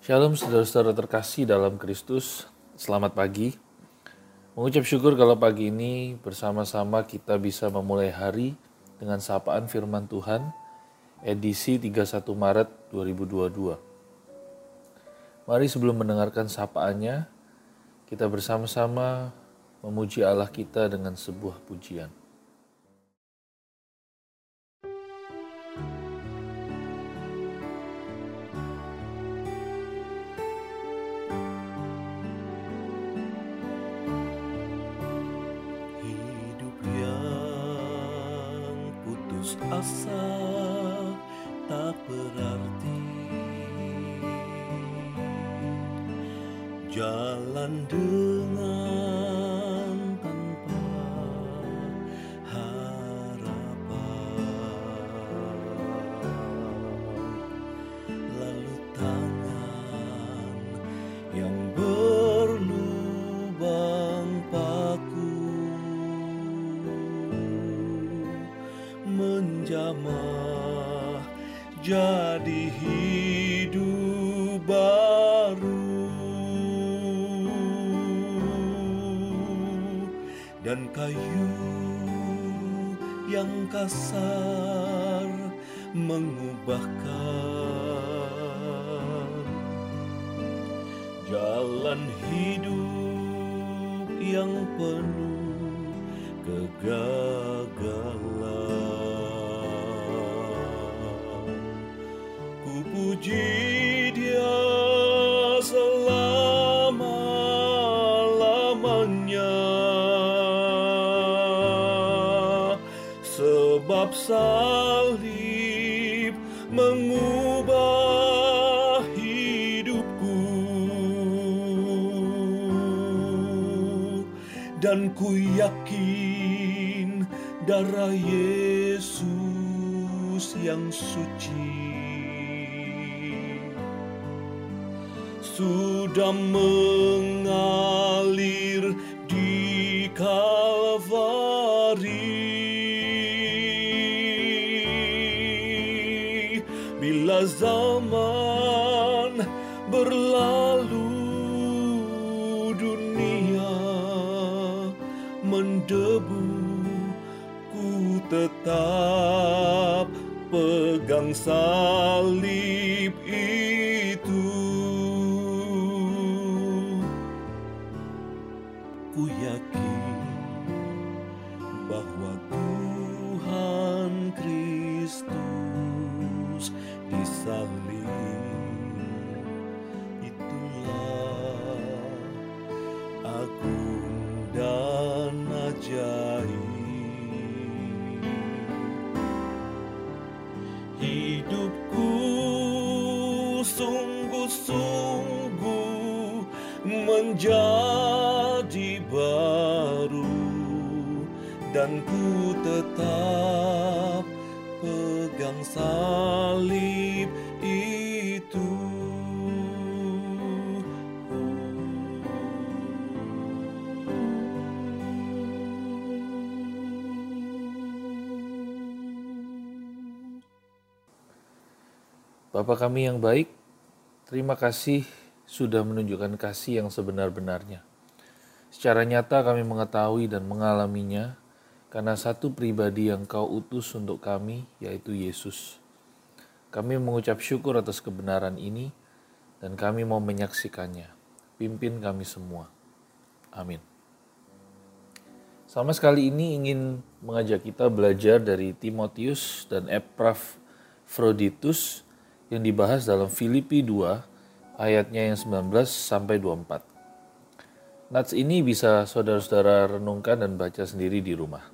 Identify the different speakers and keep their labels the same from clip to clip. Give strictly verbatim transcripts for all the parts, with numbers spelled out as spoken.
Speaker 1: Shalom saudara-saudara terkasih dalam Kristus, selamat pagi. Mengucap syukur kalau pagi ini bersama-sama kita bisa memulai hari dengan sapaan firman Tuhan, edisi tiga puluh satu Maret dua ribu dua puluh dua. Mari sebelum mendengarkan sapaannya, kita bersama-sama memuji Allah kita dengan sebuah pujian.
Speaker 2: Asa tak berarti, jalan dengan tanpa harapan, lalu tangan yang berlubang paku menjamah jadi hidup baru, dan kayu yang kasar mengubahkan jalan hidup yang penuh kegagalan. Puji Dia selama-lamanya, sebab salib mengubah hidupku, dan ku yakin darah Yesus yang suci sudah mengalir di Kalvari. Bila zaman berlalu, dunia mendebu, ku tetap pegang salib itu. Ku yakin bahwa Tuhan Kristus disalib, itulah agung dan ajaib. Hidupku sungguh-sungguh menjadi baru, dan ku tetap pegang salib itu.
Speaker 1: Bapa kami yang baik, terima kasih sudah menunjukkan kasih yang sebenar-benarnya. Secara nyata kami mengetahui dan mengalaminya karena satu pribadi yang Kau utus untuk kami, yaitu Yesus. Kami mengucap syukur atas kebenaran ini dan kami mau menyaksikannya. Pimpin kami semua. Amin. Sama sekali ini ingin mengajak kita belajar dari Timotius dan Epafroditus yang dibahas dalam Filipi dua ayatnya yang sembilan belas sampai dua puluh empat. Nats ini bisa saudara-saudara renungkan dan baca sendiri di rumah.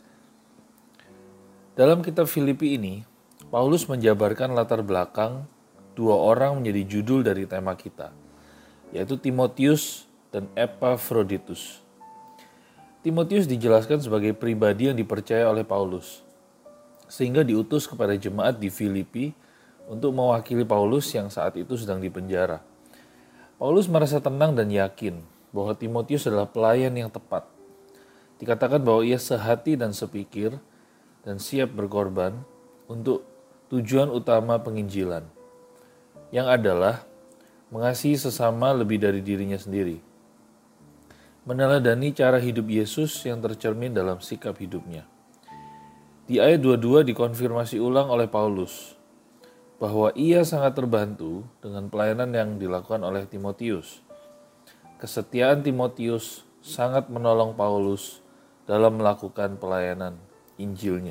Speaker 1: Dalam kitab Filipi ini, Paulus menjabarkan latar belakang dua orang menjadi judul dari tema kita, yaitu Timotius dan Epafroditus. Timotius dijelaskan sebagai pribadi yang dipercaya oleh Paulus, sehingga diutus kepada jemaat di Filipi untuk mewakili Paulus yang saat itu sedang dipenjara. Paulus merasa tenang dan yakin bahwa Timotius adalah pelayan yang tepat. Dikatakan bahwa ia sehati dan sepikir dan siap berkorban untuk tujuan utama penginjilan, yang adalah mengasihi sesama lebih dari dirinya sendiri, meneladani cara hidup Yesus yang tercermin dalam sikap hidupnya. Di ayat dua puluh dua dikonfirmasi ulang oleh Paulus bahwa ia sangat terbantu dengan pelayanan yang dilakukan oleh Timotius. Kesetiaan Timotius sangat menolong Paulus dalam melakukan pelayanan Injilnya.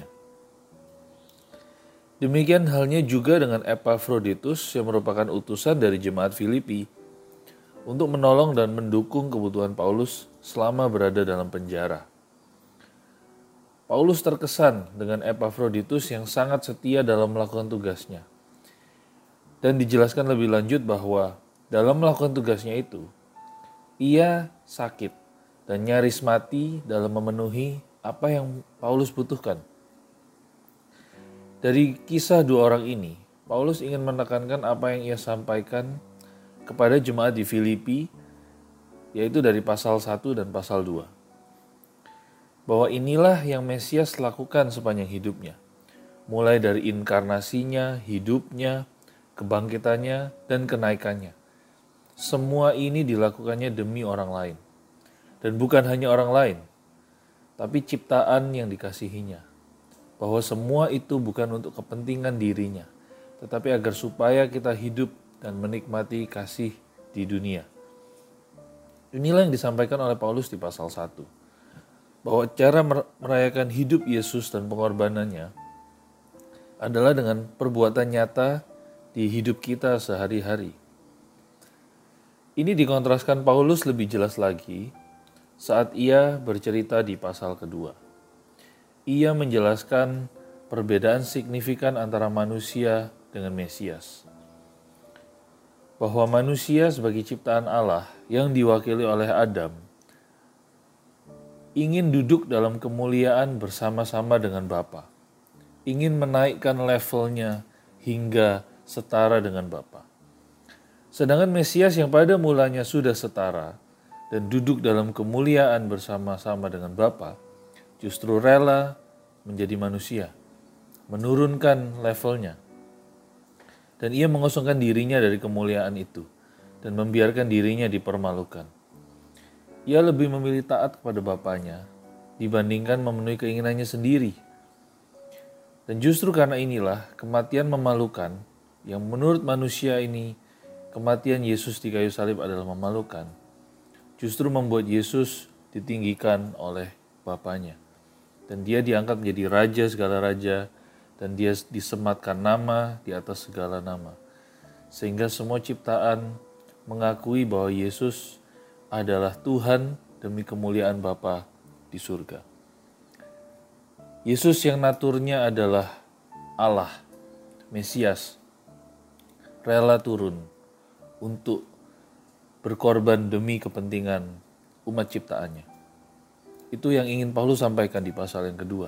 Speaker 1: Demikian halnya juga dengan Epafroditus yang merupakan utusan dari jemaat Filipi untuk menolong dan mendukung kebutuhan Paulus selama berada dalam penjara. Paulus terkesan dengan Epafroditus yang sangat setia dalam melakukan tugasnya. Dan dijelaskan lebih lanjut bahwa dalam melakukan tugasnya itu, ia sakit dan nyaris mati dalam memenuhi apa yang Paulus butuhkan. Dari kisah dua orang ini, Paulus ingin menekankan apa yang ia sampaikan kepada jemaat di Filipi, yaitu dari pasal satu dan pasal dua. Bahwa inilah yang Mesias lakukan sepanjang hidupnya, mulai dari inkarnasinya, hidupnya, kebangkitannya, dan kenaikannya. Semua ini dilakukannya demi orang lain. Dan bukan hanya orang lain, tapi ciptaan yang dikasihinya. Bahwa semua itu bukan untuk kepentingan dirinya, tetapi agar supaya kita hidup dan menikmati kasih di dunia. Inilah yang disampaikan oleh Paulus di pasal satu. Bahwa cara merayakan hidup Yesus dan pengorbanannya adalah dengan perbuatan nyata di hidup kita sehari-hari. Ini dikontraskan Paulus lebih jelas lagi saat ia bercerita di pasal kedua. Ia menjelaskan perbedaan signifikan antara manusia dengan Mesias. Bahwa manusia sebagai ciptaan Allah yang diwakili oleh Adam ingin duduk dalam kemuliaan bersama-sama dengan Bapa, ingin menaikkan levelnya hingga setara dengan Bapa. Sedangkan Mesias yang pada mulanya sudah setara dan duduk dalam kemuliaan bersama-sama dengan Bapa, justru rela menjadi manusia, menurunkan levelnya. Dan ia mengosongkan dirinya dari kemuliaan itu dan membiarkan dirinya dipermalukan. Ia lebih memilih taat kepada Bapanya dibandingkan memenuhi keinginannya sendiri. Dan justru karena inilah kematian memalukan yang menurut manusia ini, kematian Yesus di kayu salib adalah memalukan, justru membuat Yesus ditinggikan oleh Bapanya. Dan dia diangkat menjadi raja segala raja, dan dia disematkan nama di atas segala nama. Sehingga semua ciptaan mengakui bahwa Yesus adalah Tuhan demi kemuliaan Bapa di surga. Yesus yang naturnya adalah Allah, Mesias, rela turun untuk berkorban demi kepentingan umat ciptaannya. Itu yang ingin Paulus sampaikan di pasal yang kedua.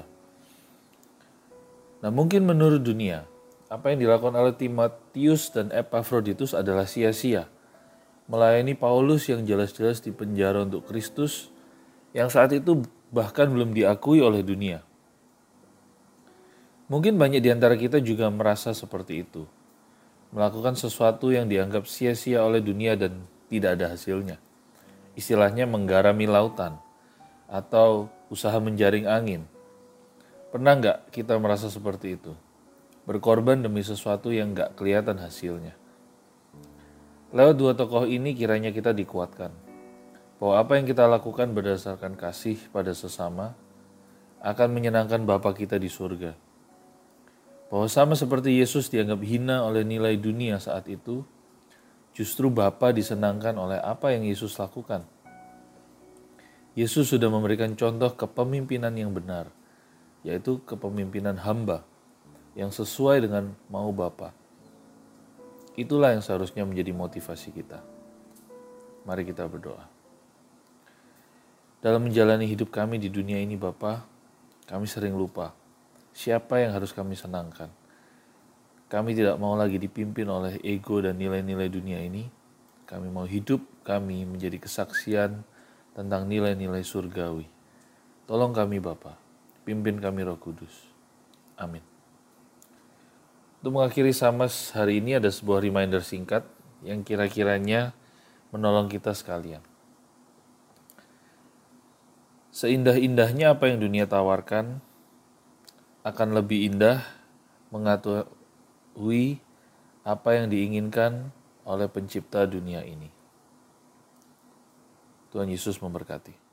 Speaker 1: Nah, mungkin menurut dunia, apa yang dilakukan oleh Timotius dan Epafroditus adalah sia-sia. Melayani Paulus yang jelas-jelas dipenjara untuk Kristus, yang saat itu bahkan belum diakui oleh dunia. Mungkin banyak di antara kita juga merasa seperti itu. Melakukan sesuatu yang dianggap sia-sia oleh dunia dan tidak ada hasilnya. Istilahnya menggarami lautan atau usaha menjaring angin. Pernah nggak kita merasa seperti itu? Berkorban demi sesuatu yang nggak kelihatan hasilnya. Lewat dua tokoh ini kiranya kita dikuatkan bahwa apa yang kita lakukan berdasarkan kasih pada sesama akan menyenangkan Bapa kita di surga. Bahwa sama seperti Yesus dianggap hina oleh nilai dunia saat itu, justru Bapa disenangkan oleh apa yang Yesus lakukan. Yesus sudah memberikan contoh kepemimpinan yang benar, yaitu kepemimpinan hamba yang sesuai dengan mau Bapa. Itulah yang seharusnya menjadi motivasi kita. Mari kita berdoa. Dalam menjalani hidup kami di dunia ini Bapa, kami sering lupa siapa yang harus kami senangkan. Kami tidak mau lagi dipimpin oleh ego dan nilai-nilai dunia ini. Kami mau hidup kami menjadi kesaksian tentang nilai-nilai surgawi. Tolong kami Bapa, pimpin kami Roh Kudus. Amin. Untuk mengakhiri Samas hari ini ada sebuah reminder singkat yang kira-kiranya menolong kita sekalian. Seindah-indahnya apa yang dunia tawarkan, akan lebih indah mengetahui apa yang diinginkan oleh pencipta dunia ini. Tuhan Yesus memberkati.